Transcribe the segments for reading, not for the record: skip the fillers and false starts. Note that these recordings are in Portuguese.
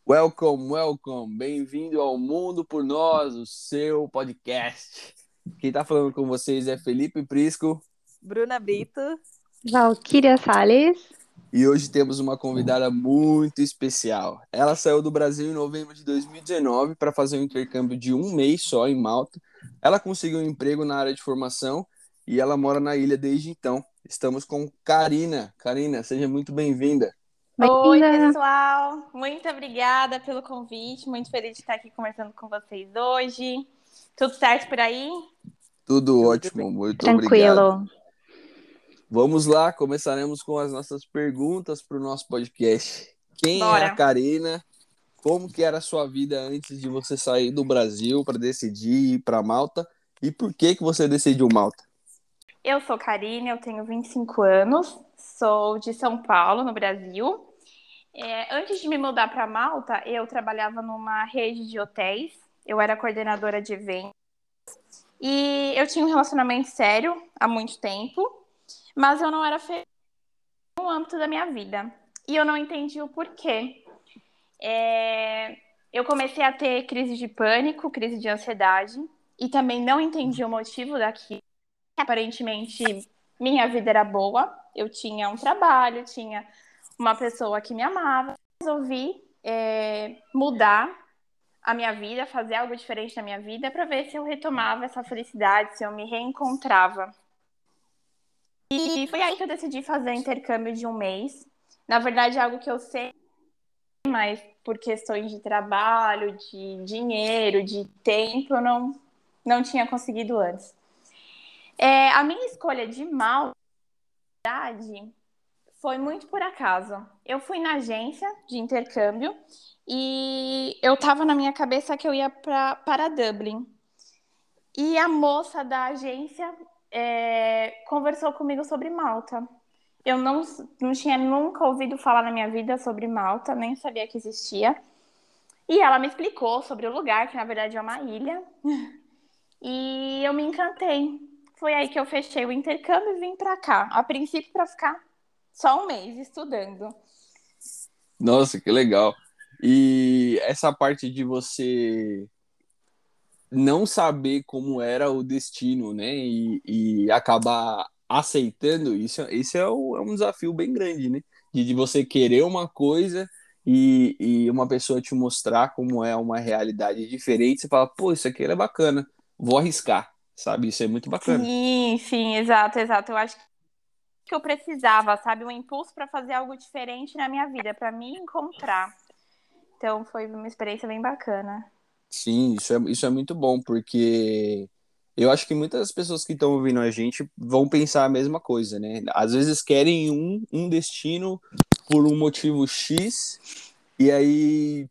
Welcome, welcome. Bem-vindo ao Mundo por Nós, o seu podcast. Quem tá falando com vocês é Felipe Prisco. Bruna Brito. Valquíria Salles. E hoje temos uma convidada muito especial. Ela saiu do Brasil em novembro de 2019 para fazer um intercâmbio de um mês só em Malta. Ela conseguiu um emprego na área de formação e ela mora na ilha desde então. Estamos com Karina. Karina, seja muito bem-vinda. Oi, pessoal. Muito obrigada pelo convite. Muito feliz de estar aqui conversando com vocês hoje. Tudo certo por aí? Tudo ótimo, muito Tranquilo. obrigado. Vamos lá, começaremos com as nossas perguntas para o nosso podcast. Quem é a Karina? Como que era a sua vida antes de você sair do Brasil para decidir ir para Malta? E por que você decidiu Malta? Eu sou Karina, eu tenho 25 anos, sou de São Paulo, no Brasil. Antes de me mudar para Malta, eu trabalhava numa rede de hotéis, eu era coordenadora de eventos. E eu tinha um relacionamento sério há muito tempo, mas eu não era feliz no âmbito da minha vida. E eu não entendi o porquê. Eu comecei a ter crise de pânico, crise de ansiedade, e também não entendi o motivo daquilo. Aparentemente, minha vida era boa, eu tinha um trabalho, tinha uma pessoa que me amava. Resolvi mudar a minha vida, fazer algo diferente na minha vida para ver se eu retomava essa felicidade, se eu me reencontrava. E foi aí que eu decidi fazer intercâmbio de um mês. Na verdade, é algo que eu sei, mas por questões de trabalho, de dinheiro, de tempo, eu não tinha conseguido antes. A minha escolha de Malta foi muito por acaso. Eu fui na agência de intercâmbio e eu estava na minha cabeça que eu ia para Dublin. E a moça da agência conversou comigo sobre Malta. Eu não tinha nunca ouvido falar na minha vida sobre Malta, nem sabia que existia. E ela me explicou sobre o lugar, que na verdade é uma ilha. E eu me encantei. Foi aí que eu fechei o intercâmbio e vim para cá. A princípio para ficar só um mês estudando. Nossa, que legal. E essa parte de você não saber como era o destino, né? E acabar aceitando isso é um desafio bem grande, né? De você querer uma coisa e uma pessoa te mostrar como é uma realidade diferente, você fala, pô, isso aqui é bacana, vou arriscar, sabe? Isso é muito bacana. Sim, exato. Eu acho que eu precisava, sabe? Um impulso para fazer algo diferente na minha vida, para me encontrar. Então foi uma experiência bem bacana. Sim, isso é muito bom, porque eu acho que muitas pessoas que estão ouvindo a gente vão pensar a mesma coisa, né? Às vezes querem um destino por um motivo X, e aí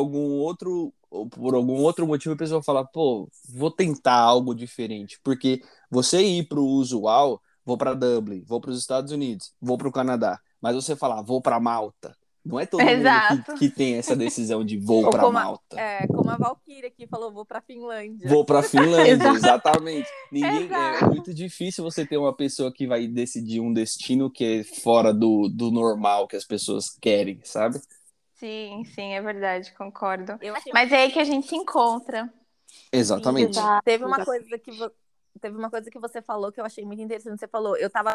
por algum outro motivo a pessoa fala, pô, vou tentar algo diferente, porque você ir para o usual, vou para Dublin, vou para os Estados Unidos, vou para o Canadá, mas você falar, vou para Malta. Não é todo mundo que tem essa decisão de vou para Malta. Como a Valquíria que falou, vou para Finlândia. Vou para Finlândia, exatamente. É muito difícil você ter uma pessoa que vai decidir um destino que é fora do normal que as pessoas querem, sabe? Sim, é verdade, concordo. Mas é aí que a gente se encontra. Exatamente. Sim, Teve uma coisa que você falou que eu achei muito interessante. Você falou, eu tava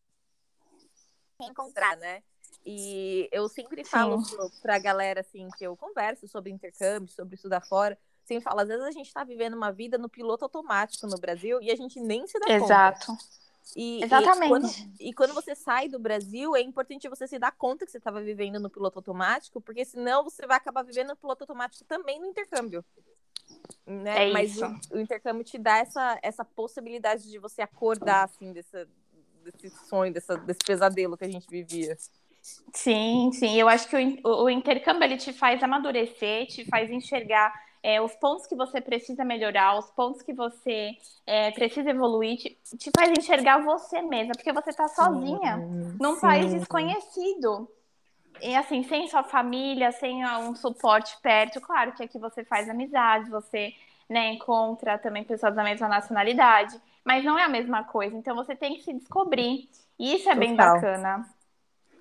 encontrar, né? E eu sempre falo pra galera, assim, que eu converso sobre intercâmbio, sobre estudar fora, sempre falo, às vezes a gente tá vivendo uma vida no piloto automático no Brasil e a gente nem se dá conta. Exato. Exatamente. E quando você sai do Brasil, é importante você se dar conta que você estava vivendo no piloto automático, porque senão você vai acabar vivendo no piloto automático também no intercâmbio. Né? Mas o intercâmbio te dá essa possibilidade de você acordar, assim, desse sonho, desse pesadelo que a gente vivia. Sim. Eu acho que o intercâmbio ele te faz amadurecer, te faz enxergar os pontos que você precisa melhorar, os pontos que você precisa evoluir, te faz enxergar você mesma, porque você está sozinha num país desconhecido. E assim, sem sua família, sem um suporte perto, claro que aqui você faz amizades, você encontra também pessoas da mesma nacionalidade, mas não é a mesma coisa, então você tem que se descobrir. E isso é bem bacana.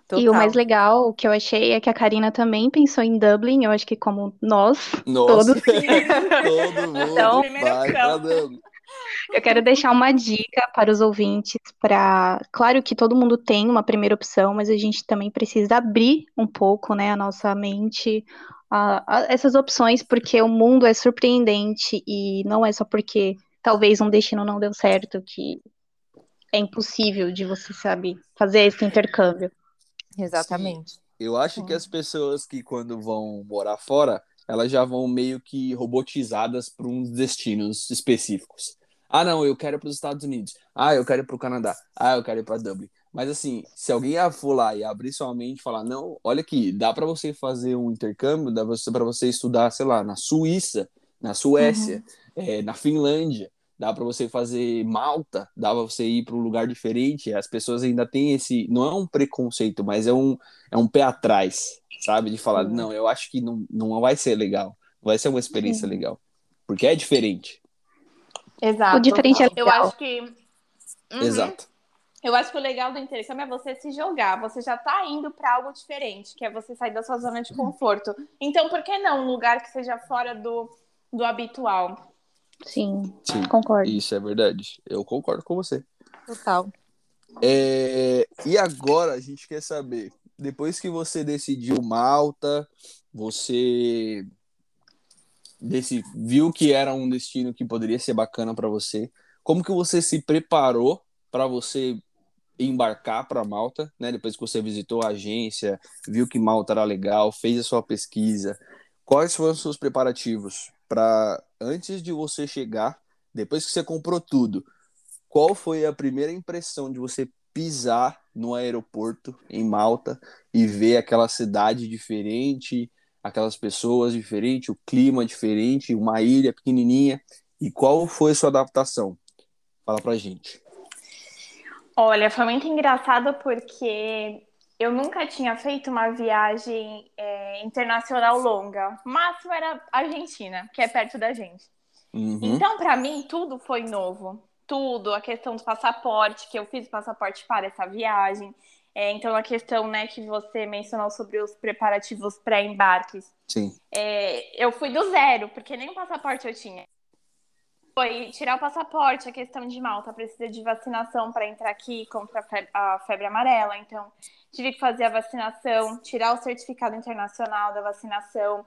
E o mais Total. legal que eu achei é que a Karina também pensou em Dublin, eu acho que como nós, Nossa, todos. todo mundo Então, Primeira vai pra opção. Dublin. eu quero deixar uma dica para os ouvintes para, claro que todo mundo tem uma primeira opção, mas a gente também precisa abrir um pouco, né, a nossa mente a essas opções, porque o mundo é surpreendente e não é só porque talvez um destino não deu certo que é impossível de você, sabe, fazer esse intercâmbio. Sim, Exatamente. eu acho que Sim. as pessoas que quando vão morar fora, elas já vão meio que robotizadas para uns destinos específicos. Ah, não, eu quero ir para os Estados Unidos. Ah, eu quero ir para o Canadá. Ah, eu quero ir para Dublin. Mas assim, se alguém for lá e abrir sua mente e falar, não, olha aqui, dá para você fazer um intercâmbio, dá para você estudar, sei lá, na Suíça, na Suécia, Uhum. na Finlândia, dá para você fazer Malta, dá para você ir para um lugar diferente. As pessoas ainda têm esse, não é um preconceito, mas é um pé atrás, sabe? De falar, Sim. não, eu acho que não vai ser legal, não vai ser uma experiência Sim. legal, porque é diferente. O Exato. diferente é Eu legal. acho que. Uhum. Exato. Eu acho que o legal do intercâmbio é você se jogar. Você já tá indo para algo diferente, que é você sair da sua zona de conforto. Então, por que não um lugar que seja fora do habitual? Sim, Sim, concordo. isso é verdade. Eu concordo com você. Total. E agora a gente quer saber, depois que você decidiu Malta, você viu que era um destino que poderia ser bacana para você, como que você se preparou para você embarcar para Malta, né? Depois que você visitou a agência, viu que Malta era legal, fez a sua pesquisa, quais foram os seus preparativos para antes de você chegar, depois que você comprou tudo, qual foi a primeira impressão de você pisar no aeroporto em Malta e ver aquela cidade diferente, aquelas pessoas diferentes, o clima diferente, uma ilha pequenininha, e qual foi a sua adaptação? Fala pra gente. Olha, foi muito engraçado porque eu nunca tinha feito uma viagem internacional longa. O máximo era Argentina, que é perto da gente. Uhum, Então, para mim, tudo foi novo. Tudo, a questão do passaporte, que eu fiz o passaporte para essa viagem. Então, a questão, né, que você mencionou sobre os preparativos pré-embarques. sim. Eu fui do zero, porque nem um passaporte eu tinha. Foi tirar o passaporte, a questão de Malta precisa de vacinação para entrar aqui contra a febre amarela. Então, tive que fazer a vacinação, tirar o certificado internacional da vacinação.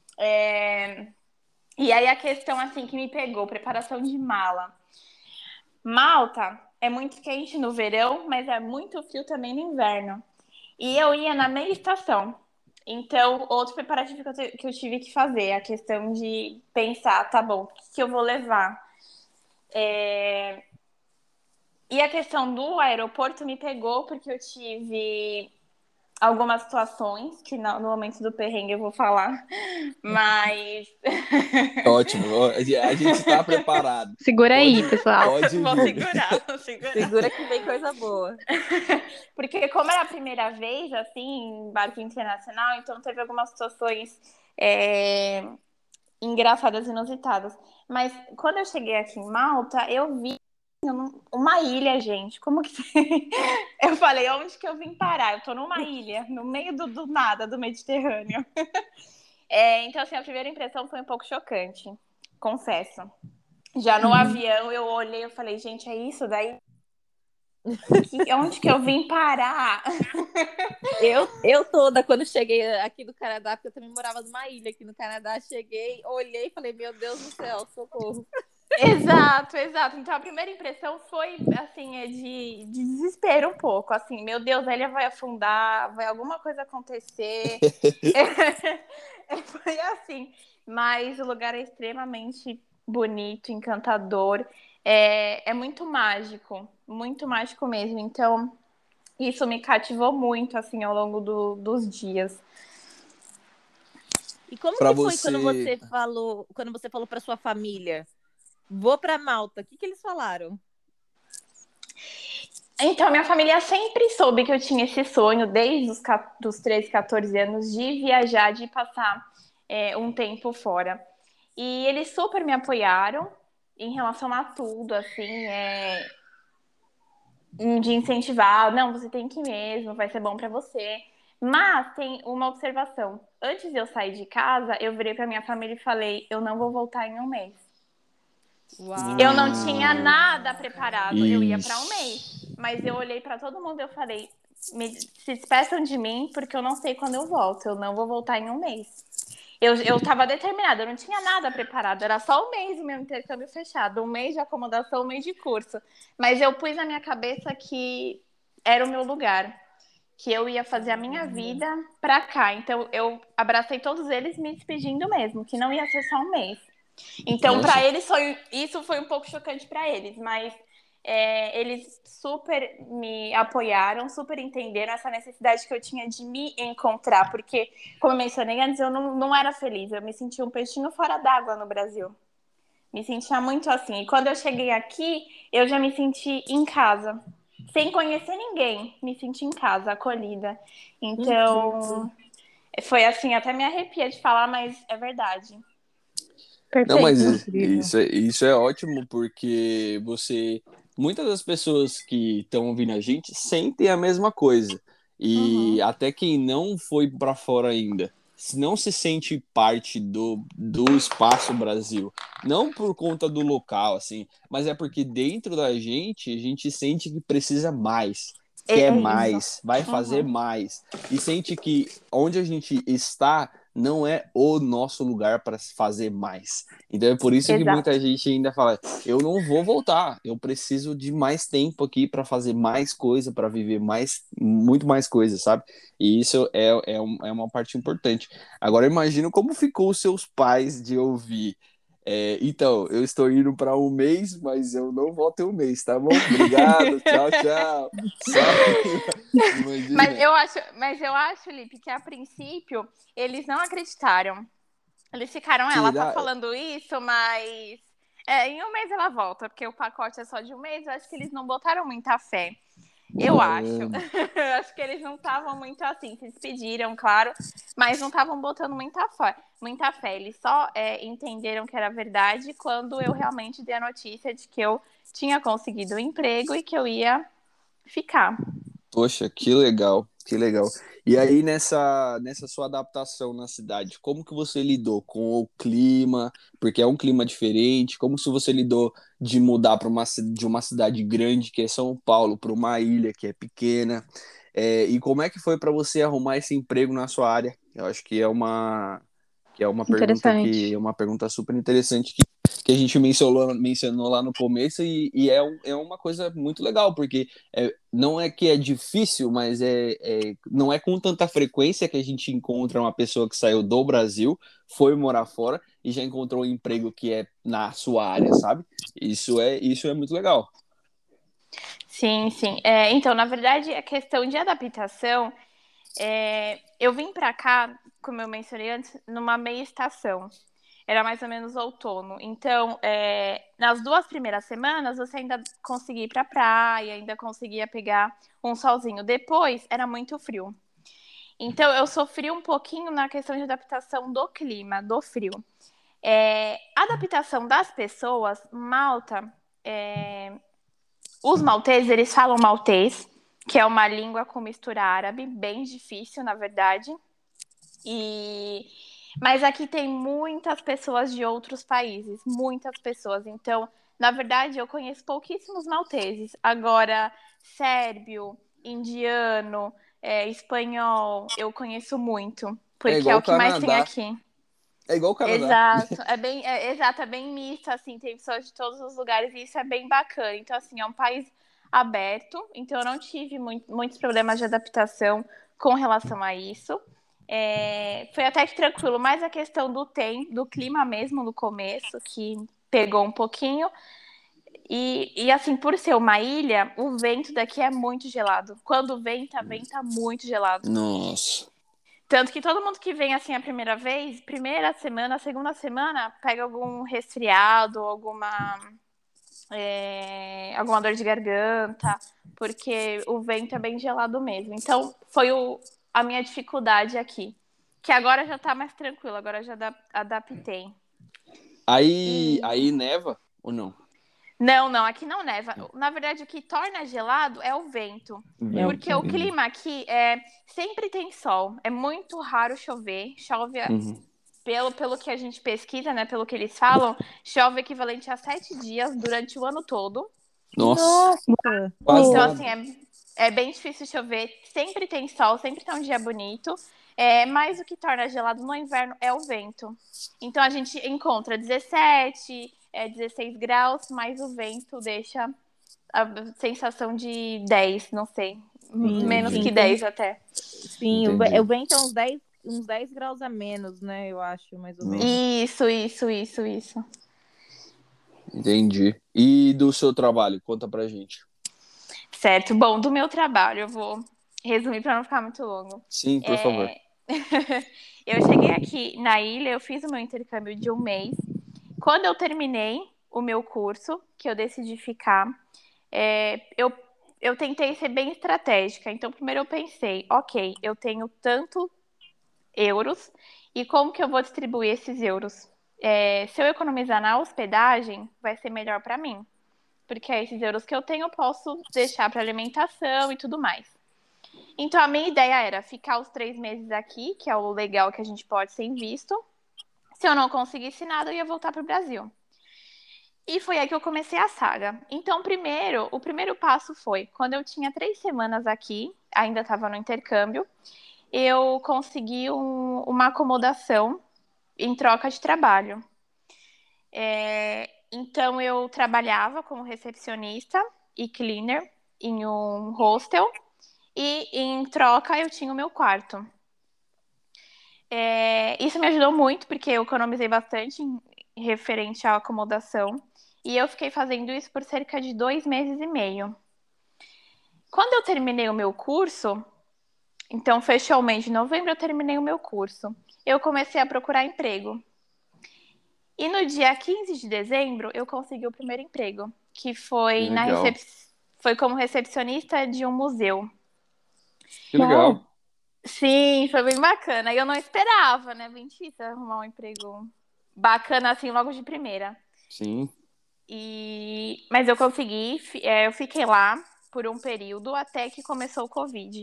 E aí a questão assim que me pegou, preparação de mala. Malta é muito quente no verão, mas é muito frio também no inverno. E eu ia na meia estação. Então, outro preparativo que eu tive que fazer, a questão de pensar, tá bom, o que eu vou levar? E a questão do aeroporto me pegou porque eu tive algumas situações que no momento do perrengue eu vou falar, mas Ótimo, a gente está preparado. Segura aí, Pode, pessoal. pode vou vir. segurar, vou segurar. Segura que vem coisa boa. Porque como era a primeira vez, assim, em barco internacional, então teve algumas situações engraçadas, inusitadas. Mas quando eu cheguei aqui em Malta, eu vi uma ilha, gente. Como que... Eu falei, onde que eu vim parar? Eu tô numa ilha, no meio do nada, do Mediterrâneo. Então, assim, a primeira impressão foi um pouco chocante, confesso. Já no Uhum. avião, eu olhei e falei, gente, é isso daí? Onde que eu vim parar? Eu toda, quando cheguei aqui no Canadá, porque eu também morava numa ilha aqui no Canadá, cheguei, olhei e falei, meu Deus do céu, socorro. Exato, exato. Então a primeira impressão foi assim, de desespero um pouco, assim, meu Deus, a ilha vai afundar, vai alguma coisa acontecer. Foi assim, mas o lugar é extremamente bonito, encantador, é muito mágico mesmo. Então isso me cativou muito assim ao longo dos dias. E como Para que foi você, quando você falou para sua família, vou para Malta? O que que eles falaram? Então, minha família sempre soube que eu tinha esse sonho, desde dos 13, 14 anos, de viajar, de passar um tempo fora. E eles super me apoiaram em relação a tudo, assim. de incentivar, não, você tem que ir mesmo, vai ser bom pra você. Mas tem uma observação. Antes de eu sair de casa, eu virei pra minha família e falei, eu não vou voltar em um mês. Eu não tinha Hum, nada preparado, eu ia pra um mês. Ixi. Mas eu olhei pra todo mundo e eu falei, se despeçam de mim, porque eu não sei quando eu volto. Eu não vou voltar em um mês. Eu tava determinada, eu não tinha nada preparado. Era só um mês o meu intercâmbio fechado. Um mês de acomodação, um mês de curso. Mas eu pus na minha cabeça que era o meu lugar. Que eu ia fazer a minha vida pra cá. Então, eu abracei todos eles me despedindo mesmo. Que não ia ser só um mês. Então, Nossa, para eles, isso foi um pouco chocante para eles, mas eles super me apoiaram, super entenderam essa necessidade que eu tinha de me encontrar, porque, como eu mencionei antes, eu não era feliz, eu me sentia um peixinho fora d'água no Brasil. Me sentia muito assim. E quando eu cheguei aqui, eu já me senti em casa. Sem conhecer ninguém, me senti em casa, acolhida. Incrível. Então, foi assim, até me arrepia de falar, mas é verdade. não, mas Perfeito, incrível. isso é ótimo porque muitas das pessoas que estão ouvindo a gente sentem a mesma coisa. E Uhum. até quem não foi para fora ainda, se não se sente parte do espaço Brasil, não por conta do local, assim, mas é porque dentro da gente, a gente sente que precisa mais, quer É isso. mais, vai fazer Uhum. mais, e sente que onde a gente está não é o nosso lugar para fazer mais. Então é por isso que muita Exato. gente ainda fala: eu não vou voltar, eu preciso de mais tempo aqui para fazer mais coisa, para viver mais, muito mais coisas, sabe? E isso é uma parte importante. Agora imagino como ficou os seus pais de ouvir. Então, eu estou indo para um mês, mas eu não volto em um mês, tá bom? Obrigado, tchau, tchau. Sabe? Imagina. Mas eu acho, Lipe, que a princípio eles não acreditaram. Eles ficaram, ela tá Será? falando isso, mas em um mês ela volta, porque o pacote é só de um mês. Eu acho que eles não botaram muita fé. Eu acho. Caramba. Eu acho que eles não estavam muito assim, se despediram, claro, mas não estavam botando muita fé. Muita fé. Eles só entenderam que era verdade quando eu realmente dei a notícia de que eu tinha conseguido um emprego e que eu ia ficar. Poxa, que legal, que legal. E aí nessa sua adaptação na cidade, como que você lidou com o clima? Porque é um clima diferente. Como se você lidou de mudar para de uma cidade grande que é São Paulo para uma ilha que é pequena? E como é que foi para você arrumar esse emprego na sua área? Eu acho que Interessante. é uma pergunta super interessante que a gente mencionou lá no começo e é uma coisa muito legal, porque não é que é difícil, mas não é com tanta frequência que a gente encontra uma pessoa que saiu do Brasil, foi morar fora e já encontrou um emprego que é na sua área, sabe? Isso é muito legal. Sim, sim. Então, na verdade, a questão de adaptação, eu vim para cá, como eu mencionei antes, numa meia estação. Era mais ou menos outono. Então, nas 2 primeiras semanas, você ainda conseguia ir para a praia, ainda conseguia pegar um solzinho. Depois, era muito frio. Então, eu sofri um pouquinho na questão de adaptação do clima, do frio. A adaptação das pessoas, Malta, os malteses, eles falam maltês, que é uma língua com mistura árabe, bem difícil, na verdade. Mas aqui tem muitas pessoas de outros países, muitas pessoas. Então, na verdade, eu conheço pouquíssimos malteses. Agora, sérbio, indiano, espanhol, eu conheço muito, É porque é igual o o que mais tem Canadá. aqui. É igual o Canadá. Exato, exato, é bem misto, assim, tem pessoas de todos os lugares e isso é bem bacana. Então, assim, é um país aberto, então eu não tive muitos problemas de adaptação com relação a isso. Foi até que tranquilo, mas a questão do tempo, do clima mesmo no começo, que pegou um pouquinho. E assim, por ser uma ilha, o vento daqui é muito gelado. Quando venta, venta muito gelado. Nossa. Tanto que todo mundo que vem assim a primeira vez, primeira semana, segunda semana, pega algum resfriado, alguma dor de garganta, porque o vento é bem gelado mesmo. Então, foi a minha dificuldade aqui. Que agora já tá mais tranquilo, agora já adaptei. Aí E neva ou não? Não, aqui não neva. Na verdade, o que torna gelado é o vento. Porque o clima aqui sempre tem sol. É muito raro chover. Chove, pelo que a gente pesquisa, né? Pelo que eles falam, chove equivalente a 7 dias durante o ano todo. Nossa! Então, assim, é bem difícil chover. Sempre tem sol, sempre tá um dia bonito. Mas o que torna gelado no inverno é o vento. Então, a gente encontra 17... 16 graus, mas o vento deixa a sensação de 10, não sei. Menos que 10 até. Sim, o vento é uns 10 graus a menos, né? Eu acho, mais ou menos. Isso. Entendi. E do seu trabalho? Conta pra gente. Certo. Bom, do meu trabalho, eu vou resumir para não ficar muito longo. Sim, por favor. Eu cheguei aqui na ilha, eu fiz o meu intercâmbio de 1 mês. Quando eu terminei o meu curso, que eu decidi ficar, eu tentei ser bem estratégica. Então, primeiro eu pensei, ok, eu tenho tanto euros, e como que eu vou distribuir esses euros? Se eu economizar na hospedagem, vai ser melhor para mim. Porque esses euros que eu tenho, eu posso deixar para alimentação e tudo mais. Então, a minha ideia era ficar os 3 meses aqui, que é o legal que a gente pode ser visto. Se eu não conseguisse nada, eu ia voltar para o Brasil. E foi aí que eu comecei a saga. Então, o primeiro passo foi, quando eu tinha 3 semanas aqui, ainda estava no intercâmbio, eu consegui uma acomodação em troca de trabalho. Então, eu trabalhava como recepcionista e cleaner em um hostel e, em troca, eu tinha o meu quarto. Isso me ajudou muito, porque eu economizei bastante em referente à acomodação. E eu fiquei fazendo isso por cerca de 2 meses e meio. Quando eu terminei o meu curso, então fechou o mês de novembro, eu terminei o meu curso. Eu comecei a procurar emprego. E no dia 15 de dezembro, eu consegui o primeiro emprego, que foi, foi como recepcionista de um museu. Que legal. Sim, foi bem bacana. E eu não esperava, né, bem difícil arrumar um emprego bacana assim logo de primeira. Sim. Mas eu consegui, eu fiquei lá por um período até que começou o Covid.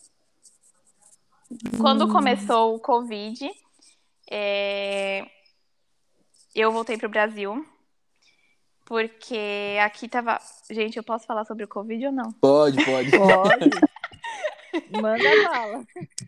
Quando começou o Covid, eu voltei para o Brasil, porque aqui tava... Gente, eu posso falar sobre o Covid ou não? Pode. Manda bala.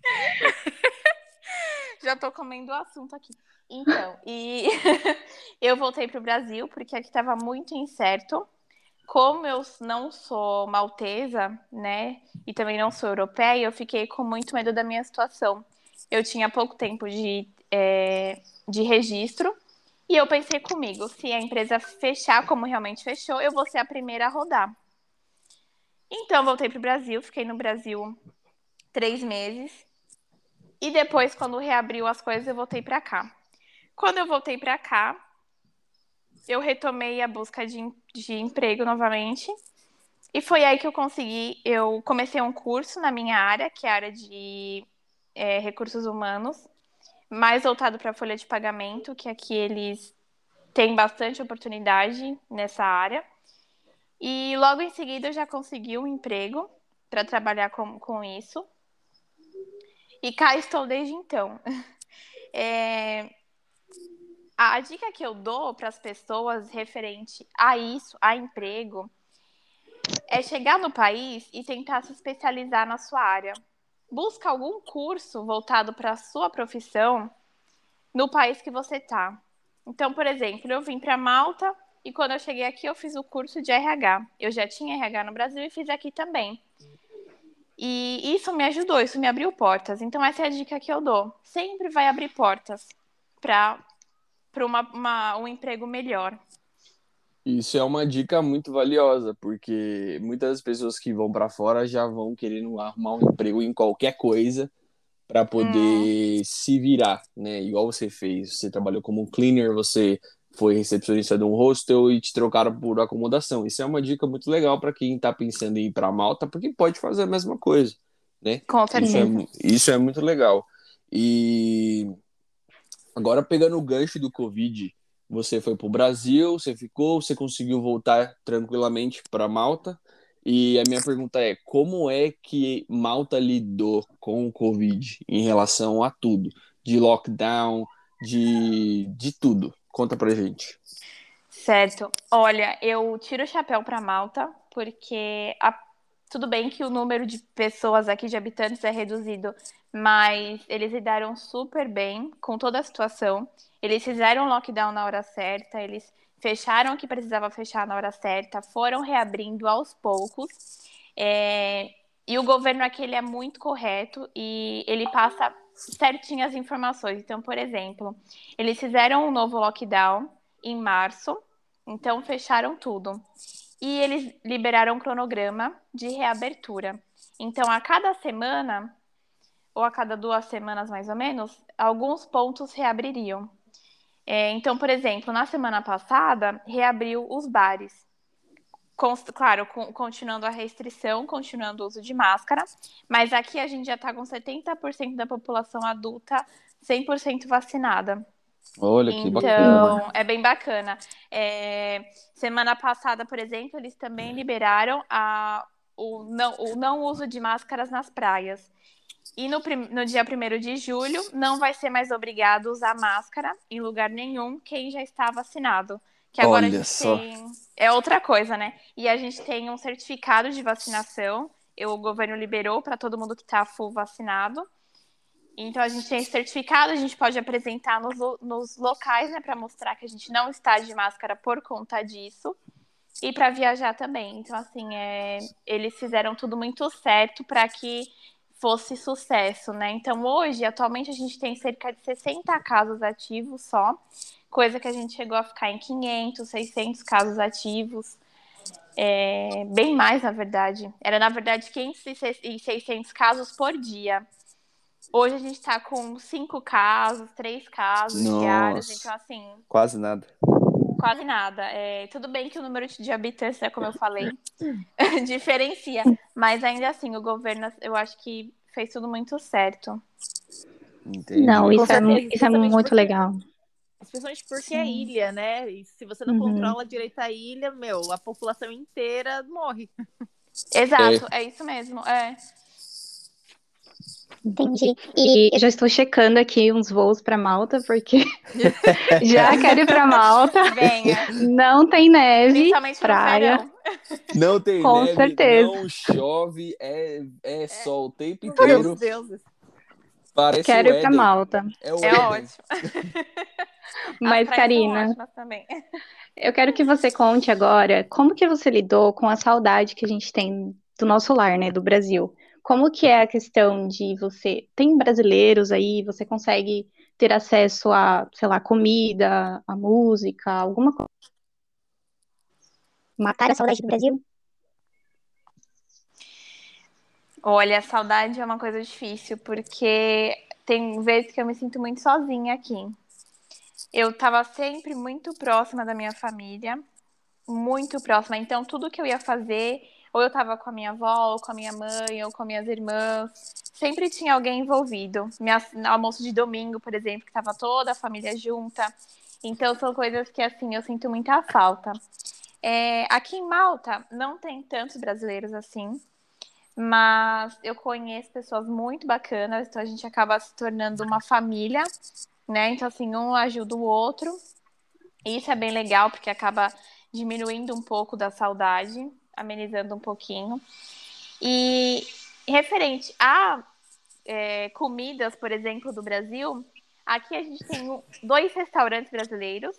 Já tô comendo o assunto aqui. Então, eu voltei para o Brasil porque aqui estava muito incerto. Como eu não sou maltesa, né, e também não sou europeia, eu fiquei com muito medo da minha situação. Eu tinha pouco tempo de registro e eu pensei comigo, se a empresa fechar como realmente fechou, eu vou ser a primeira a rodar. Então, voltei para o Brasil, fiquei no Brasil 3 meses e depois, quando reabriu as coisas, eu voltei para cá. Quando eu voltei para cá, eu retomei a busca de emprego novamente. E foi aí que eu comecei um curso na minha área, que é a área de recursos humanos, mais voltado para a folha de pagamento, que aqui eles têm bastante oportunidade nessa área. E logo em seguida eu já consegui um emprego para trabalhar com isso. E cá estou desde então. A dica que eu dou para as pessoas referente a isso, a emprego, é chegar no país e tentar se especializar na sua área. Busca algum curso voltado para a sua profissão no país que você está. Então, por exemplo, eu vim para Malta e quando eu cheguei aqui eu fiz o curso de RH. Eu já tinha RH no Brasil e fiz aqui também. E isso me ajudou, isso me abriu portas. Então, essa é a dica que eu dou. Sempre vai abrir portas para um emprego melhor. Isso é uma dica muito valiosa, porque muitas pessoas que vão para fora já vão querendo arrumar um emprego em qualquer coisa para poder se virar, né? Igual você fez. Você trabalhou como cleaner, você foi recepcionista de um hostel e te trocaram por acomodação. Isso é uma dica muito legal para quem está pensando em ir para Malta, porque pode fazer a mesma coisa, né? Com certeza. Isso é muito legal. E agora pegando o gancho do Covid, você foi para o Brasil, você ficou, você conseguiu voltar tranquilamente para Malta. E a minha pergunta é, como é que Malta lidou com o Covid em relação a tudo? De lockdown, de tudo. Conta pra gente. Certo. Olha, eu tiro o chapéu para Malta, porque tudo bem que o número de pessoas aqui, de habitantes, é reduzido, mas eles lidaram super bem com toda a situação. Eles fizeram lockdown na hora certa, eles fecharam o que precisava fechar na hora certa, foram reabrindo aos poucos. É, E o governo aqui ele é muito correto e ele passa certinho as informações. Então, por exemplo, eles fizeram um novo lockdown em março, então fecharam tudo. E eles liberaram um cronograma de reabertura. Então, a cada semana, ou a cada 2 semanas mais ou menos, alguns pontos reabririam. Então, por exemplo, na semana passada, reabriu os bares. Claro, continuando a restrição, continuando o uso de máscara, mas aqui a gente já está com 70% da população adulta 100% vacinada. Olha que bacana. Então, é bem bacana. Semana passada, por exemplo, eles também liberaram o não uso de máscaras nas praias. E no dia 1º de julho, não vai ser mais obrigado a usar máscara em lugar nenhum quem já está vacinado. Que agora a Olha gente só. tem... É outra coisa, né? E a gente tem um certificado de vacinação. O governo liberou para todo mundo que está full vacinado. Então, a gente tem esse certificado, a gente pode apresentar nos locais, né? Para mostrar que a gente não está de máscara por conta disso. E para viajar também. Então, assim, eles fizeram tudo muito certo para que fosse sucesso, né? Então, hoje, atualmente, a gente tem cerca de 60 casos ativos só, coisa que a gente chegou a ficar em 500, 600 casos ativos, bem mais, na verdade. Era, na verdade, 500 e 600 casos por dia. Hoje a gente está com 5 casos, 3 casos diários, Nossa, então, assim, quase nada. quase nada. Tudo bem que o número de habitantes, né, como eu falei, diferencia, mas ainda assim, o governo, eu acho que fez tudo muito certo. Não, Entendi. Com certeza, isso é especialmente muito porque, legal. especialmente porque é Sim. ilha, né? E se você não Uhum. controla direito a ilha, a população inteira morre. Exato, é isso mesmo. Entendi. E eu já estou checando aqui uns voos para Malta, porque já quero ir para Malta. Venha, Não tem neve, principalmente no praia, verão. Não tem com neve, certeza. não chove, é sol o tempo Para os inteiro. deuses. Parece Quero o ir para Éden. Malta. É o É Éden. ótimo. As Mas, praias são Karina, ótimas também. eu quero que você conte agora como que você lidou com a saudade que a gente tem do nosso lar, né, do Brasil. Como que é a questão de você... Tem brasileiros aí, você consegue ter acesso a, sei lá, comida, a música, alguma coisa? Matar a saudade do Brasil? Olha, a saudade é uma coisa difícil, porque tem vezes que eu me sinto muito sozinha aqui. Eu estava sempre muito próxima da minha família, muito próxima. Então, tudo que eu ia fazer, ou eu estava com a minha avó, ou com a minha mãe, ou com minhas irmãs, sempre tinha alguém envolvido. Almoço de domingo, por exemplo, que estava toda a família junta. Então, são coisas que, assim, eu sinto muita falta. Aqui em Malta, não tem tantos brasileiros assim, mas eu conheço pessoas muito bacanas, então a gente acaba se tornando uma família, né? Então, assim, um ajuda o outro. E isso é bem legal, porque acaba diminuindo um pouco da saudade, amenizando um pouquinho. E referente a comidas, por exemplo, do Brasil, aqui a gente tem 2 restaurantes brasileiros,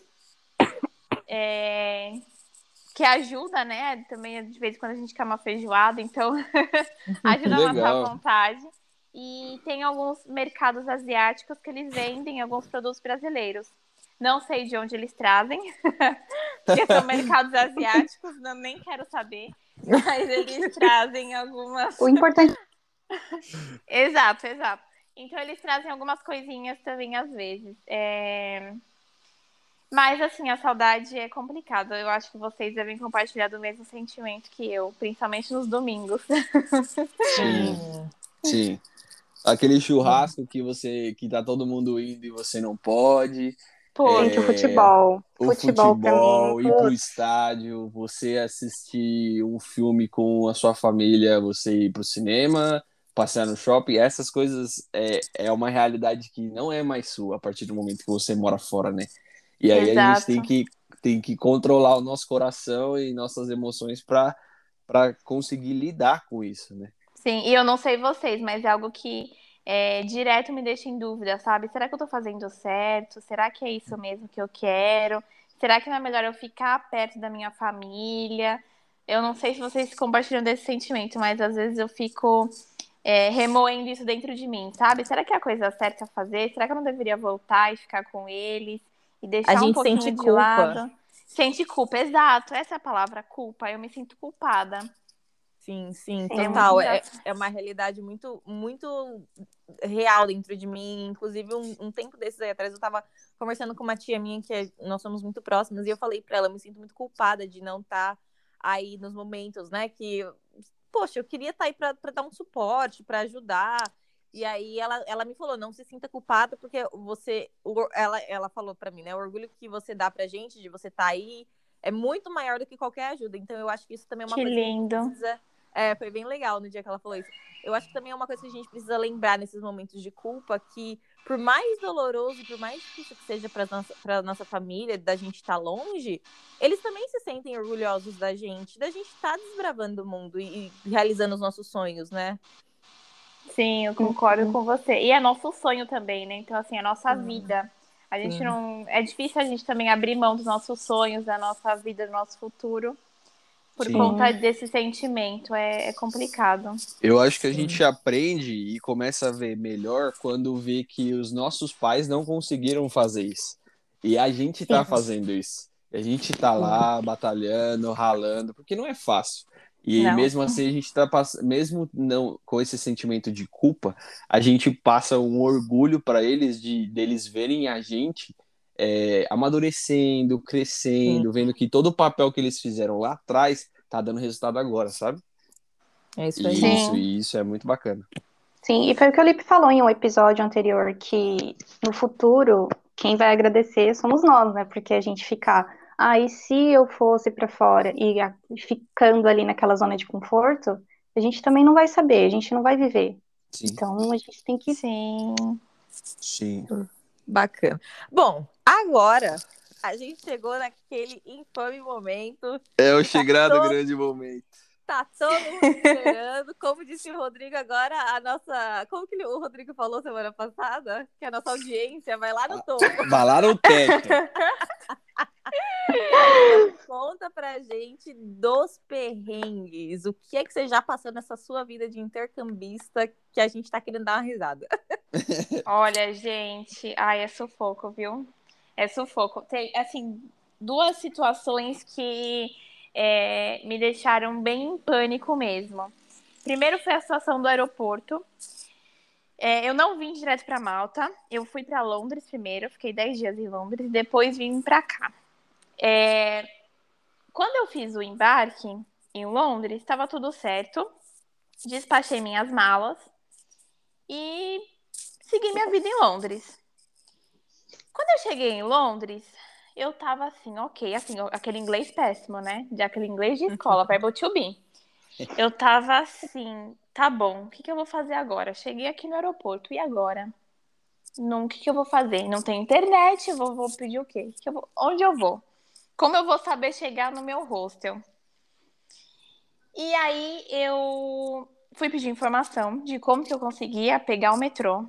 que ajuda, né? Também, de vez em quando, a gente quer uma feijoada, então Que ajuda a matar a legal. vontade. E tem alguns mercados asiáticos que eles vendem alguns produtos brasileiros. Não sei de onde eles trazem, porque são mercados asiáticos, nem quero saber, mas eles trazem algumas. O importante Exato, exato. Então eles trazem algumas coisinhas também às vezes. Mas assim, a saudade é complicada. Eu acho que vocês devem compartilhar do mesmo sentimento que eu, principalmente nos domingos. Sim, sim. Aquele churrasco que tá todo mundo indo e você não pode. Pô, Gente, o futebol. O Futebol pra mim, futebol, ir pro estádio, você assistir um filme com a sua família, você ir pro cinema, passear no shopping, essas coisas é uma realidade que não é mais sua a partir do momento que você mora fora, né? E aí a gente exato. tem que controlar o nosso coração e nossas emoções para conseguir lidar com isso, né? Sim, e eu não sei vocês, mas é algo que direto me deixa em dúvida, sabe? Será que eu tô fazendo certo? Será que é isso mesmo que eu quero? Será que não é melhor eu ficar perto da minha família? Eu não sei se vocês compartilham desse sentimento, mas às vezes eu fico remoendo isso dentro de mim, sabe? Será que é a coisa certa a fazer? Será que eu não deveria voltar e ficar com eles e A deixar um gente sente pouquinho de culpa. lado? Sente culpa, exato. Essa é a palavra, culpa. Eu me sinto culpada. Sim, sim, É muito total. engraçado. É uma realidade muito, muito real dentro de mim. Inclusive, um tempo desses aí atrás, eu tava conversando com uma tia minha, nós somos muito próximas, e eu falei pra ela, eu me sinto muito culpada de não estar aí nos momentos, né, poxa, eu queria estar aí pra dar um suporte, pra ajudar. E aí ela me falou, não se sinta culpada, porque ela falou pra mim, né, o orgulho que você dá pra gente, de você estar aí, é muito maior do que qualquer ajuda. Então, eu acho que isso também é uma Que coisa que a gente lindo. precisa. Foi bem legal no dia que ela falou isso. Eu acho que também é uma coisa que a gente precisa lembrar nesses momentos de culpa, que por mais doloroso e por mais difícil que seja para nossa família, da gente estar longe, eles também se sentem orgulhosos da gente estar desbravando o mundo e realizando os nossos sonhos, né? Sim, eu concordo com você. E é nosso sonho também, né? Então, assim, é nossa vida. A gente Sim. não. É difícil a gente também abrir mão dos nossos sonhos, da nossa vida, do nosso futuro, por Sim. conta desse sentimento. É complicado. Eu acho que a gente aprende e começa a ver melhor quando vê que os nossos pais não conseguiram fazer isso. E a gente tá Sim. fazendo isso. E a gente tá lá batalhando, ralando, porque não é fácil. E Não. mesmo assim a gente tá passando, mesmo não com esse sentimento de culpa, a gente passa um orgulho para eles de deles verem a gente amadurecendo, crescendo, vendo que todo o papel que eles fizeram lá atrás tá dando resultado agora, sabe? É isso aí. Sim. E isso é muito bacana. Sim, e foi o que o Lipe falou em um episódio anterior, que no futuro, quem vai agradecer somos nós, né? Porque a gente ficar, e se eu fosse para fora e ficando ali naquela zona de conforto, a gente também não vai saber, a gente não vai viver. Sim. Então a gente tem que. Sim. Sim. Bacana. Bom, agora a gente chegou naquele infame momento. É o chegado grande momento. Tá todo mundo esperando. Como disse o Rodrigo agora, a nossa. Como que o Rodrigo falou semana passada? Que a nossa audiência vai lá no topo. Vai lá no teto. Conta pra gente dos perrengues. O que é que você já passou nessa sua vida de intercambista que a gente tá querendo dar uma risada? Olha, gente. Ai, é sufoco, viu? É sufoco. Tem, assim, duas situações que me deixaram bem em pânico mesmo. Primeiro foi a situação do aeroporto. Eu não vim direto para Malta. Eu fui para Londres primeiro. Fiquei 10 dias em Londres. Depois vim para cá. Quando eu fiz o embarque em Londres, estava tudo certo. Despachei minhas malas e segui minha vida em Londres. Quando eu cheguei em Londres, eu tava assim, ok, assim, aquele inglês péssimo, né? De aquele inglês de escola, verbo to be. Eu tava assim, tá bom, o que que eu vou fazer agora? Cheguei aqui no aeroporto, e agora? O que que eu vou fazer? Não tem internet, eu vou pedir o quê? Onde eu vou? Como eu vou saber chegar no meu hostel? E aí eu fui pedir informação de como que eu conseguia pegar o metrô.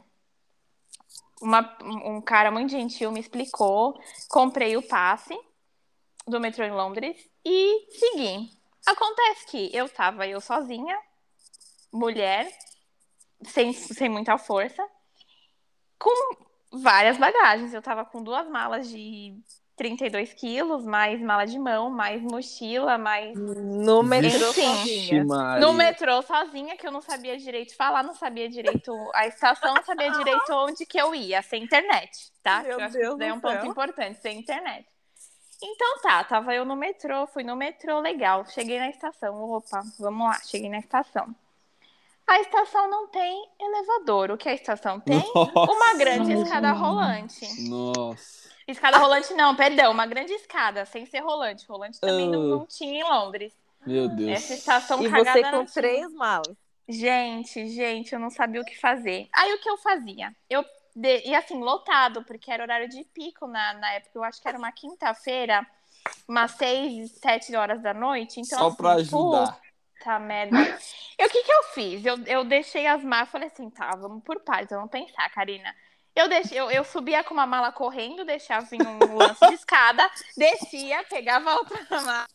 Um cara muito gentil me explicou, comprei o passe do metrô em Londres e segui. Acontece que eu sozinha, mulher, sem muita força, com várias bagagens. Eu tava com 2 malas de 32 quilos, mais mala de mão, mais mochila, mais... No metrô Enfim, sozinha. no metrô sozinha, que eu não sabia direito falar, não sabia direito a estação, não sabia direito onde que eu ia, sem internet, tá? Meu eu acho que isso Deus daí é do um ponto céu. importante, sem internet. Então tá, tava eu no metrô, fui no metrô, legal. Cheguei na estação, opa, vamos lá, cheguei na estação. A estação não tem elevador. O que a estação tem? Nossa. Uma grande escada rolante. Nossa. Escada rolante não, perdão, uma grande escada, sem ser rolante. Rolante também não Oh, tinha em Londres. meu Deus. Essa estação E cagada você não com tinha. 3 malas. Gente, eu não sabia o que fazer. Aí o que eu fazia? E assim, lotado, porque era horário de pico na época. Eu acho que era uma quinta-feira, umas 6, 7 horas da noite. Então, Só assim, pra ajudar. puta merda. E o que eu fiz? Eu deixei as malas, falei assim, tá, vamos por partes, vamos pensar, Karina. Eu subia com uma mala correndo, deixava vir um lance de escada, descia, pegava a outra mala.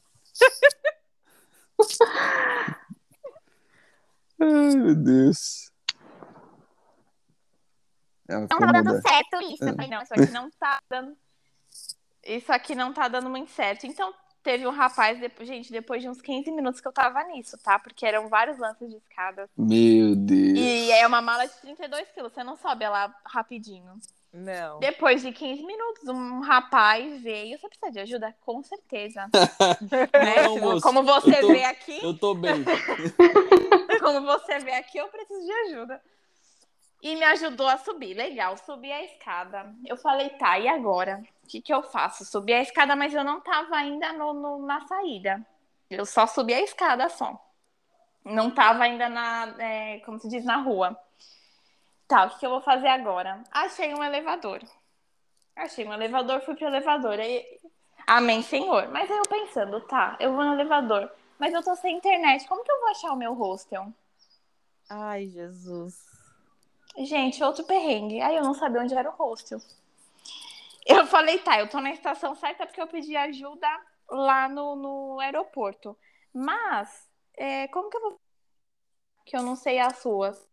Ai, meu Deus. Ela Não ficou tá dando muda. certo isso. Eu falei, não, isso aqui não tá dando. Isso aqui não tá dando muito certo. Então, teve um rapaz, gente, depois de uns 15 minutos que eu tava nisso, tá? Porque eram vários lances de escada. Meu E Deus. é uma mala de 32 quilos, você não sobe ela rapidinho. Não. Depois de 15 minutos, um rapaz veio. Você precisa de ajuda? Com certeza. Né? Não, moço. Como você vê aqui, Eu tô bem. como você vê aqui, eu preciso de ajuda. E me ajudou a subir. Legal, subi a escada. Eu falei, tá, e agora? O que eu faço? Subi a escada, mas eu não tava ainda na saída. Eu só subi a escada só. Não tava ainda como se diz, na rua. Tá, o que eu vou fazer agora? Achei um elevador. Fui pro elevador. Aí, amém, Senhor. Mas aí eu pensando, tá, eu vou no elevador, mas eu tô sem internet. Como que eu vou achar o meu hostel? Ai, Jesus. Gente, outro perrengue. Aí eu não sabia onde era o hostel. Eu falei, tá, eu tô na estação certa porque eu pedi ajuda lá no aeroporto. Mas, como que eu vou... Que eu não sei as ruas.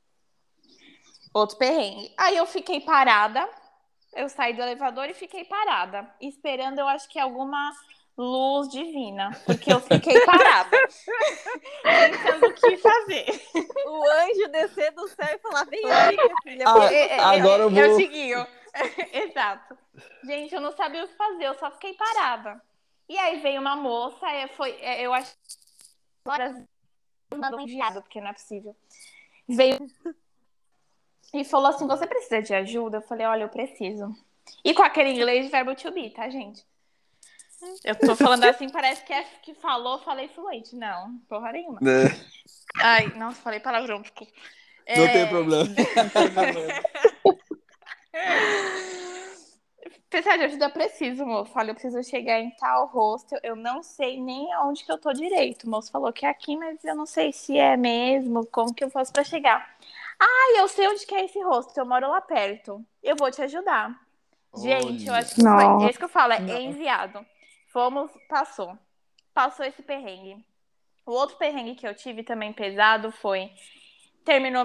Outro perrengue. Aí eu fiquei parada. Eu saí do elevador e fiquei parada. Esperando, eu acho que alguma luz divina. Porque eu fiquei parada. Pensando o que fazer. O anjo descer do céu e falar, vem aqui, minha filha. Agora eu vou. Eu segui. Exato. Gente, eu não sabia o que fazer, eu só fiquei parada. E aí veio uma moça, eu acho que mandou um enviado, porque não é possível. Veio e falou assim: você precisa de ajuda? Eu falei, olha, eu preciso. E com aquele inglês de verbo to be, tá, gente? Eu tô falando assim, parece que falei fluente. Não, porra nenhuma. Ai, nossa, falei palavrão, desculpa. Não tem problema. Precisa de ajuda, preciso, moço. Falei, eu preciso chegar em tal hostel. Eu não sei nem aonde que eu tô direito. O moço falou que é aqui, mas eu não sei se é mesmo, como que eu faço pra chegar. Ah, eu sei onde que é esse hostel, eu moro lá perto. Eu vou te ajudar. Gente, eu acho que foi. É isso que eu falo, é enviado. Fomos, Passou esse perrengue. O outro perrengue que eu tive também pesado foi... Terminou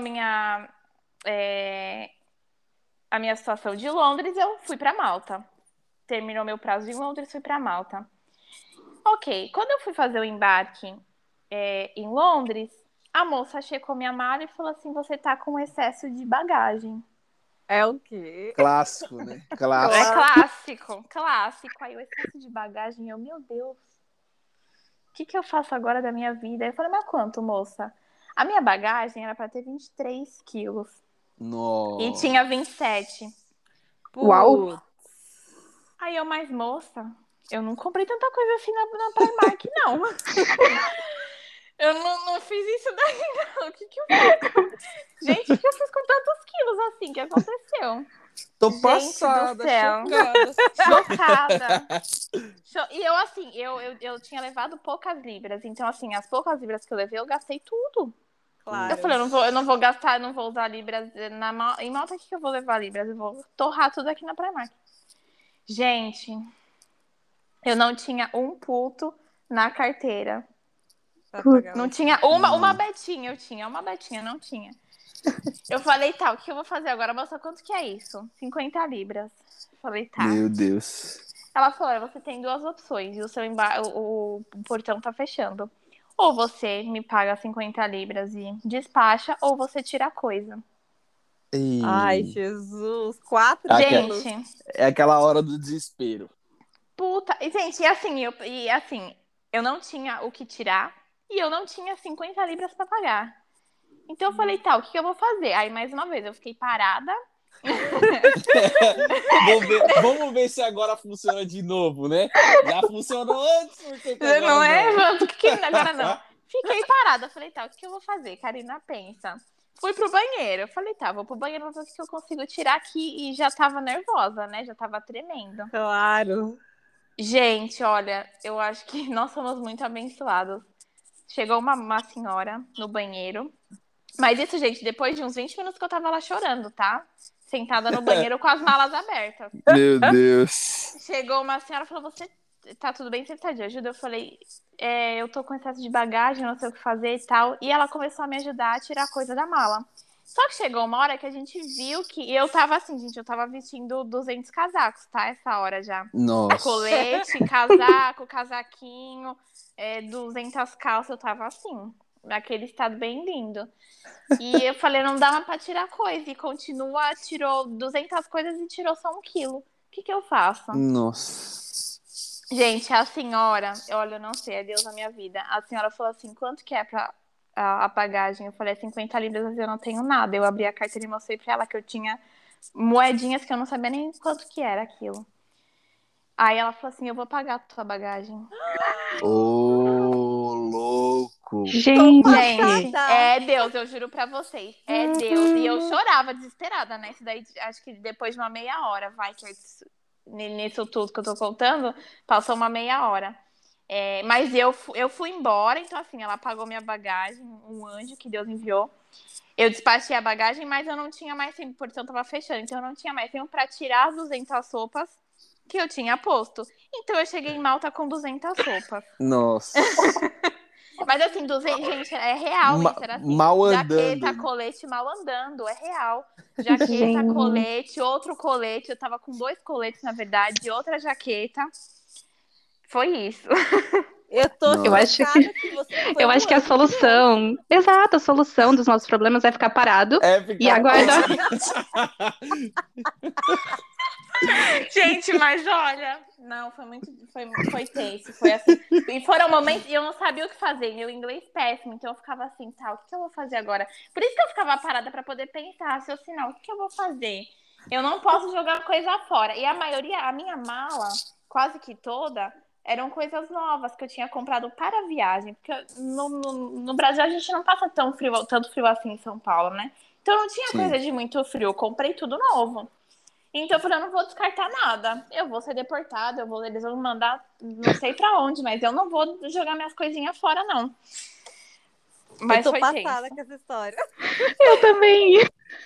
a minha situação de Londres, eu fui para Malta. Terminou meu prazo em Londres, fui para Malta. Ok, quando eu fui fazer o embarque em Londres, a moça checou minha mala e falou assim: você tá com excesso de bagagem. É o quê? Clássico, né? É Clássico. clássico. Aí o excesso de bagagem, meu Deus, o que eu faço agora da minha vida? Eu falei, mas quanto, moça? A minha bagagem era para ter 23 quilos. E Nossa. tinha 27. Uau! Aí eu, mas moça, eu não comprei tanta coisa assim na Primark, não. Eu não fiz isso daí, não. O que eu fiz? Gente, o que eu fiz com tantos quilos assim? O que aconteceu? Tô Gente passada, do céu. Chocada. E eu, assim, eu tinha levado poucas libras. Então, assim, as poucas libras que eu levei, eu gastei tudo. Claro. Eu falei, eu não vou gastar, eu não vou usar libras em Malta. O que eu vou levar libras? Eu vou torrar tudo aqui na Primark. Gente, eu não tinha um puto na carteira. Não tinha uma betinha, eu tinha uma betinha, não tinha. Eu falei, tá, o que eu vou fazer agora? Moça, quanto que é isso? 50 libras. Eu falei, tá. Meu Deus. Ela falou, você tem duas opções e o portão tá fechando. Ou você me paga 50 libras e despacha, ou você tira a coisa. Ai, Jesus. 4 Gente, é aquela hora do desespero. puta. E, gente, e assim, eu não tinha o que tirar e eu não tinha 50 libras pra pagar. Então eu falei, tá, o que eu vou fazer? Aí, mais uma vez, eu fiquei parada Vamos ver se agora funciona de novo, né? Já funcionou antes, porque não é? Agora não. Fiquei parada, falei, tá, o que eu vou fazer? Karina pensa. Fui pro banheiro, eu falei, tá, vou pro banheiro, vou ver o que eu consigo tirar aqui, e já tava nervosa, né? Já tava tremendo. Claro. Gente, olha, eu acho que nós somos muito abençoados. Chegou uma senhora no banheiro, mas isso, gente, depois de uns 20 minutos que eu tava lá chorando, tá? Sentada no banheiro com as malas abertas. Meu Deus. Chegou uma senhora e falou, você tá tudo bem? Você precisa de ajuda? Eu falei, eu tô com excesso de bagagem, não sei o que fazer e tal. E ela começou a me ajudar a tirar coisa da mala. Só que chegou uma hora que a gente viu que eu tava assim, gente, eu tava vestindo 200 casacos, tá? Essa hora já. Nossa. Colete, casaco, casaquinho, 200 calças, eu tava assim, naquele estado bem lindo. E eu falei, não dá mais pra tirar coisa. E continua, tirou 200 coisas e tirou só 1 quilo. O que eu faço? Nossa. Gente, a senhora, olha, eu não sei, é Deus na minha vida. A senhora falou assim, quanto que é pra a bagagem? Eu falei, 50 libras, mas eu não tenho nada. Eu abri a carteira e mostrei pra ela que eu tinha moedinhas que eu não sabia nem quanto que era aquilo. Aí ela falou assim, eu vou pagar a tua bagagem. Ô, louco. Gente, é Deus, eu juro pra vocês. É Deus. E eu chorava desesperada, né? Isso daí, acho que depois de uma meia hora, vai, que nisso tudo que eu tô contando, passou uma meia hora. Mas eu fui embora, então assim, ela pagou minha bagagem, um anjo que Deus enviou. Eu despachei a bagagem, mas eu não tinha mais tempo, porque eu tava fechando, então eu não tinha mais tempo pra tirar as 200 roupas que eu tinha posto. Então eu cheguei em Malta com 200 roupas. Nossa. Mas assim, 200, gente, é real isso, era assim. Mal andando. Jaqueta, colete, mal andando, é real. Jaqueta, colete, outro colete. Eu tava com 2 coletes, na verdade, outra jaqueta. Foi isso. Eu acho que a solução, exato, a solução dos nossos problemas é ficar parado e aguardar. Gente, mas olha, não, foi tenso, foi assim. E foram momentos, e eu não sabia o que fazer, meu inglês péssimo, então eu ficava assim, tá, o que eu vou fazer agora? Por isso que eu ficava parada pra poder pensar, raciocinar, o que eu vou fazer? Eu não posso jogar coisa fora. E a minha mala, quase que toda, eram coisas novas que eu tinha comprado para a viagem, porque no Brasil a gente não passa tanto frio assim em São Paulo, né? Então não tinha coisa de muito frio, eu comprei tudo novo. Então eu falei, eu não vou descartar nada. Eu vou ser deportada, eles vão me mandar não sei pra onde, mas eu não vou jogar minhas coisinhas fora, não. Mas eu tô foi passada tenso. com essa história. Eu também.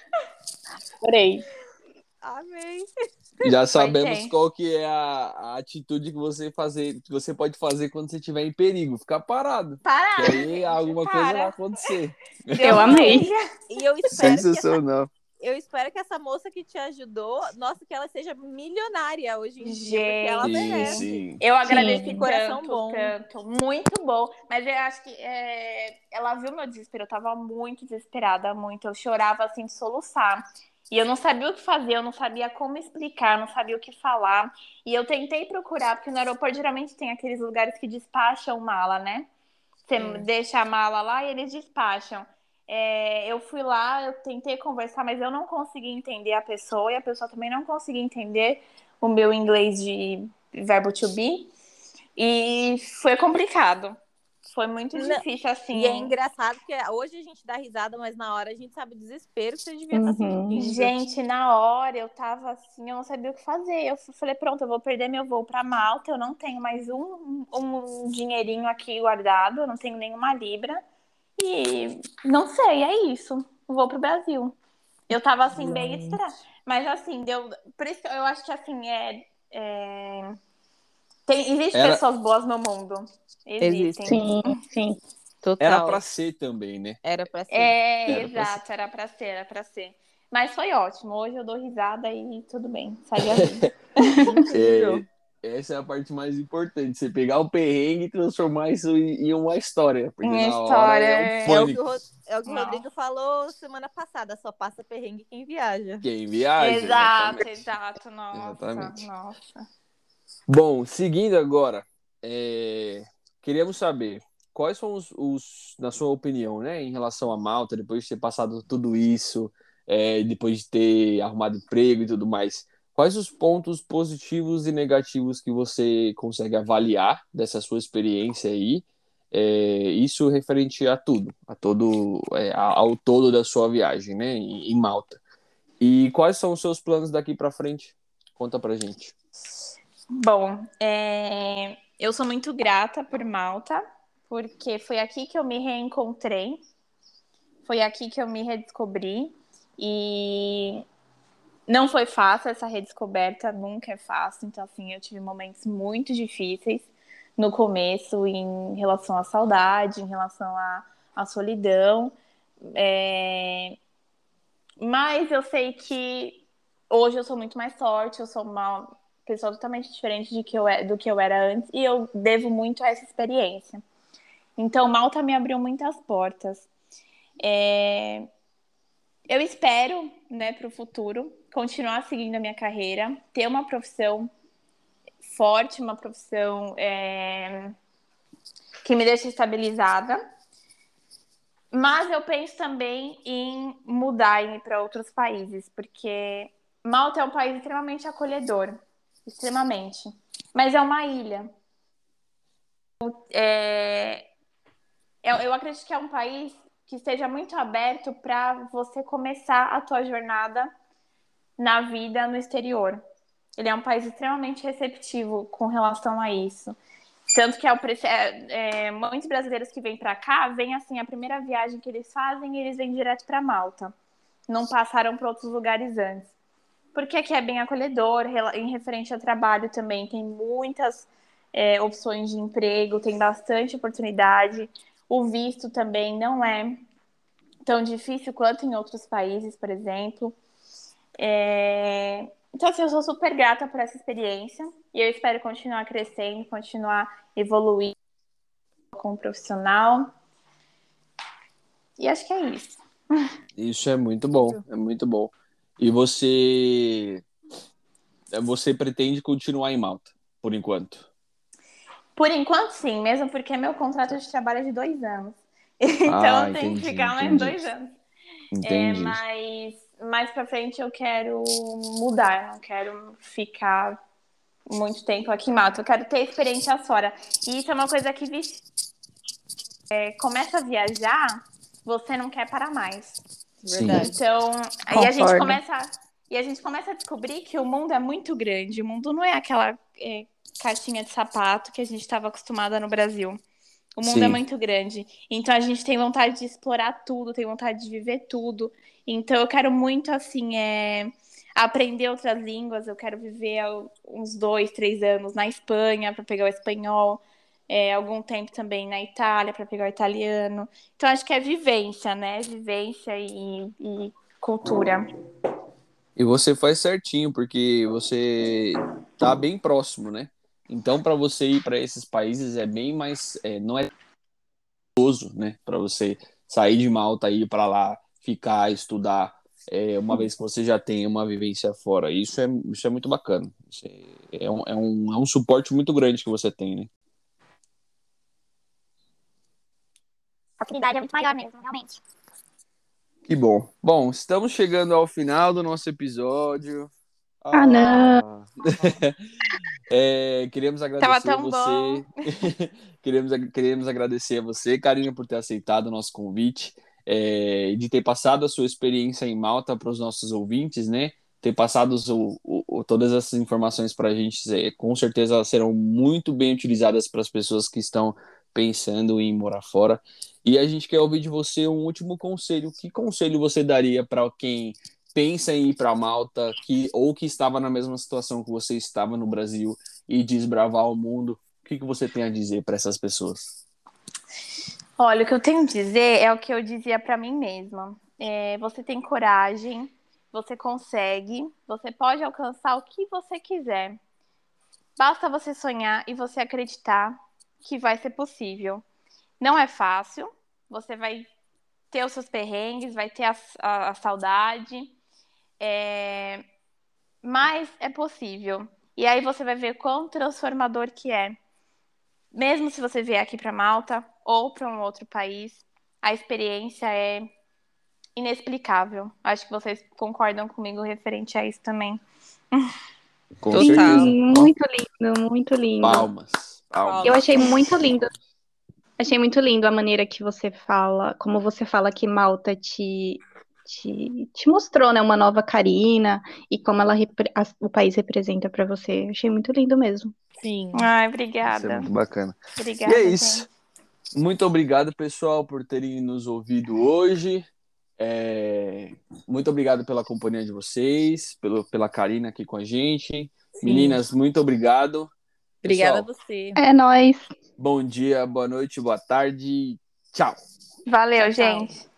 Adorei. Amei. Já sabemos qual que é a atitude que você pode fazer quando você estiver em perigo. Ficar parado. Parado. Que aí alguma coisa vai acontecer. Eu amei. E eu espero sensacional. Eu espero que essa moça que te ajudou, nossa, que ela seja milionária hoje em dia, porque ela Sim, merece. sim. Eu agradeço Que coração bom. Muito bom. Mas eu acho que ela viu meu desespero, eu tava muito desesperada, muito. Eu chorava assim, de soluçar. E eu não sabia o que fazer, eu não sabia como explicar, não sabia o que falar. E eu tentei procurar, porque no aeroporto geralmente tem aqueles lugares que despacham mala, né? Você deixa a mala lá e eles despacham. Eu fui lá, eu tentei conversar, mas eu não consegui entender a pessoa e a pessoa também não conseguia entender o meu inglês de verbo to be. E foi complicado. Foi muito difícil, assim. E é engraçado porque hoje a gente dá risada, mas na hora a gente sabe o desespero que você devia estar sentindo. Gente, na hora eu tava assim, eu não sabia o que fazer. Eu falei, pronto, eu vou perder meu voo pra Malta, eu não tenho mais um dinheirinho aqui guardado, eu não tenho nenhuma libra. E não sei, é isso. Vou pro Brasil. Eu tava assim, bem desesperada. Mas assim, por isso que eu acho que assim, existem pessoas boas no mundo. Existem. Sim. Total. Era pra ser também, né? Era pra ser. Exato, era pra ser. Mas foi ótimo. Hoje eu dou risada e tudo bem. Segue a vida. Essa é a parte mais importante. Você pegar o perrengue e transformar isso em uma história. Porque Uma na hora história, é um pânico. É o que o Rodrigo falou semana passada. Só passa perrengue quem viaja. Quem viaja. Exato. Nossa. Bom, seguindo agora, queríamos saber quais são na sua opinião, né, em relação a Malta, depois de ter passado tudo isso, depois de ter arrumado emprego e tudo mais. Quais os pontos positivos e negativos que você consegue avaliar dessa sua experiência aí? Isso referente a tudo, ao todo da sua viagem, né, em Malta. E quais são os seus planos daqui para frente? Conta pra gente. Bom, eu sou muito grata por Malta, porque foi aqui que eu me reencontrei, foi aqui que eu me redescobri, e não foi fácil essa redescoberta, nunca é fácil. Então, assim, eu tive momentos muito difíceis no começo em relação à saudade, em relação à solidão. Mas eu sei que hoje eu sou muito mais forte, eu sou uma pessoa totalmente diferente do que eu era antes, e eu devo muito a essa experiência. Então, Malta me abriu muitas portas. Eu espero, né, para o futuro, continuar seguindo a minha carreira, ter uma profissão forte, uma profissão que me deixe estabilizada. Mas eu penso também em mudar e ir para outros países, porque Malta é um país extremamente acolhedor, extremamente. Mas é uma ilha. Eu acredito que é um país que esteja muito aberto para você começar a tua jornada na vida no exterior. Ele é um país extremamente receptivo com relação a isso. Tanto que muitos brasileiros que vêm para cá, vêm assim, a primeira viagem que eles fazem, eles vêm direto para Malta. Não passaram para outros lugares antes. Porque aqui é bem acolhedor, em referente ao trabalho também, tem muitas opções de emprego, tem bastante oportunidade. O visto também não é tão difícil quanto em outros países, por exemplo. Então, assim, eu sou super grata por essa experiência e eu espero continuar crescendo, continuar evoluindo como profissional. E acho que é isso. Isso é muito bom, é muito bom. E você pretende continuar em Malta, por enquanto? Por enquanto, sim, mesmo porque meu contrato de trabalho é de 2 anos. Então, eu tenho que Entendi, ficar mais entendi. 2 anos. Entendi. Mas mais pra frente eu quero mudar, eu não quero ficar muito tempo aqui em Malta. Eu quero ter experiência fora. E isso é uma coisa que começa a viajar, você não quer parar mais. Sim. Verdade. Então, Concordo. e a gente começa a descobrir que o mundo é muito grande. O mundo não é aquela caixinha de sapato que a gente estava acostumada no Brasil. O mundo é Sim. muito grande. Então a gente tem vontade de explorar tudo, tem vontade de viver tudo. Então eu quero muito, assim, aprender outras línguas. Eu quero viver uns 2, 3 anos na Espanha para pegar o espanhol. Algum tempo também na Itália para pegar o italiano. Então acho que é vivência, né? Vivência e cultura. E você faz certinho, porque você tá bem próximo, né? Então, para você ir para esses países é bem mais, não é custoso, né? Para você sair de Malta e ir para lá, ficar, estudar, uma vez que você já tem uma vivência fora. Isso é muito bacana. É um suporte muito grande que você tem, né? A oportunidade é muito maior mesmo, realmente. Que bom. Bom, estamos chegando ao final do nosso episódio. Ah, não. Queremos Tava agradecer tão você. bom. queremos agradecer a você, Karina, por ter aceitado o nosso convite, de ter passado a sua experiência em Malta para os nossos ouvintes, né? Ter passado todas essas informações para a gente, com certeza elas serão muito bem utilizadas para as pessoas que estão pensando em morar fora. E a gente quer ouvir de você um último conselho. Que conselho você daria para quem pensa em ir para Malta, ou que estava na mesma situação que você estava no Brasil e desbravar o mundo? O que você tem a dizer para essas pessoas? Olha, o que eu tenho a dizer é o que eu dizia para mim mesma. Você tem coragem, você consegue, você pode alcançar o que você quiser. Basta você sonhar e você acreditar que vai ser possível. Não é fácil, você vai ter os seus perrengues, vai ter a saudade, mas é possível. E aí você vai ver quão transformador que é. Mesmo se você vier aqui para Malta ou para um outro país, a experiência é inexplicável. Acho que vocês concordam comigo referente a isso também. Com Total. certeza. Muito lindo, muito lindo. Palmas. Eu achei muito lindo. Achei muito lindo a maneira que você fala, como você fala que Malta te mostrou, né, uma nova Karina e como o país representa pra você. Achei muito lindo mesmo. Sim. Ai, Isso é obrigada. muito bacana. Obrigada, E é isso. gente. Muito obrigado, pessoal, por terem nos ouvido hoje. Muito obrigado pela companhia de vocês, pela Karina aqui com a gente. Sim. Meninas, muito obrigado. Obrigada a Pessoal, você. É nóis. bom dia, boa noite, boa tarde. Tchau. Valeu, Tchau, tchau. gente.